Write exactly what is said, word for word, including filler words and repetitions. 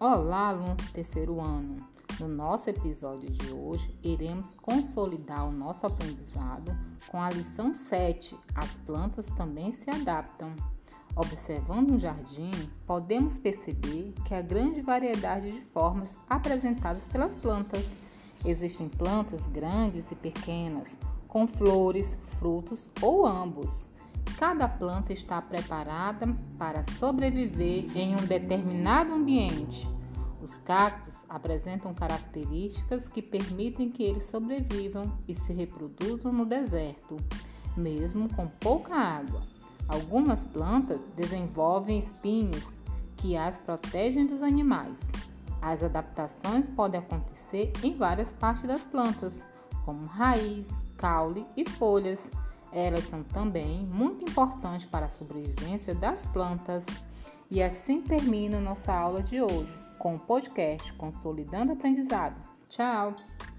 Olá, aluno do terceiro ano! No nosso episódio de hoje, iremos consolidar o nosso aprendizado com a lição sete. As plantas também se adaptam. Observando um jardim, podemos perceber que há grande variedade de formas apresentadas pelas plantas. Existem plantas grandes e pequenas, com flores, frutos ou ambos. Cada planta está preparada para sobreviver em um determinado ambiente. Os cactos apresentam características que permitem que eles sobrevivam e se reproduzam no deserto, mesmo com pouca água. Algumas plantas desenvolvem espinhos que as protegem dos animais. As adaptações podem acontecer em várias partes das plantas, como raiz, caule e folhas. Elas são também muito importantes para a sobrevivência das plantas. E assim termina nossa aula de hoje com o podcast Consolidando o Aprendizado. Tchau!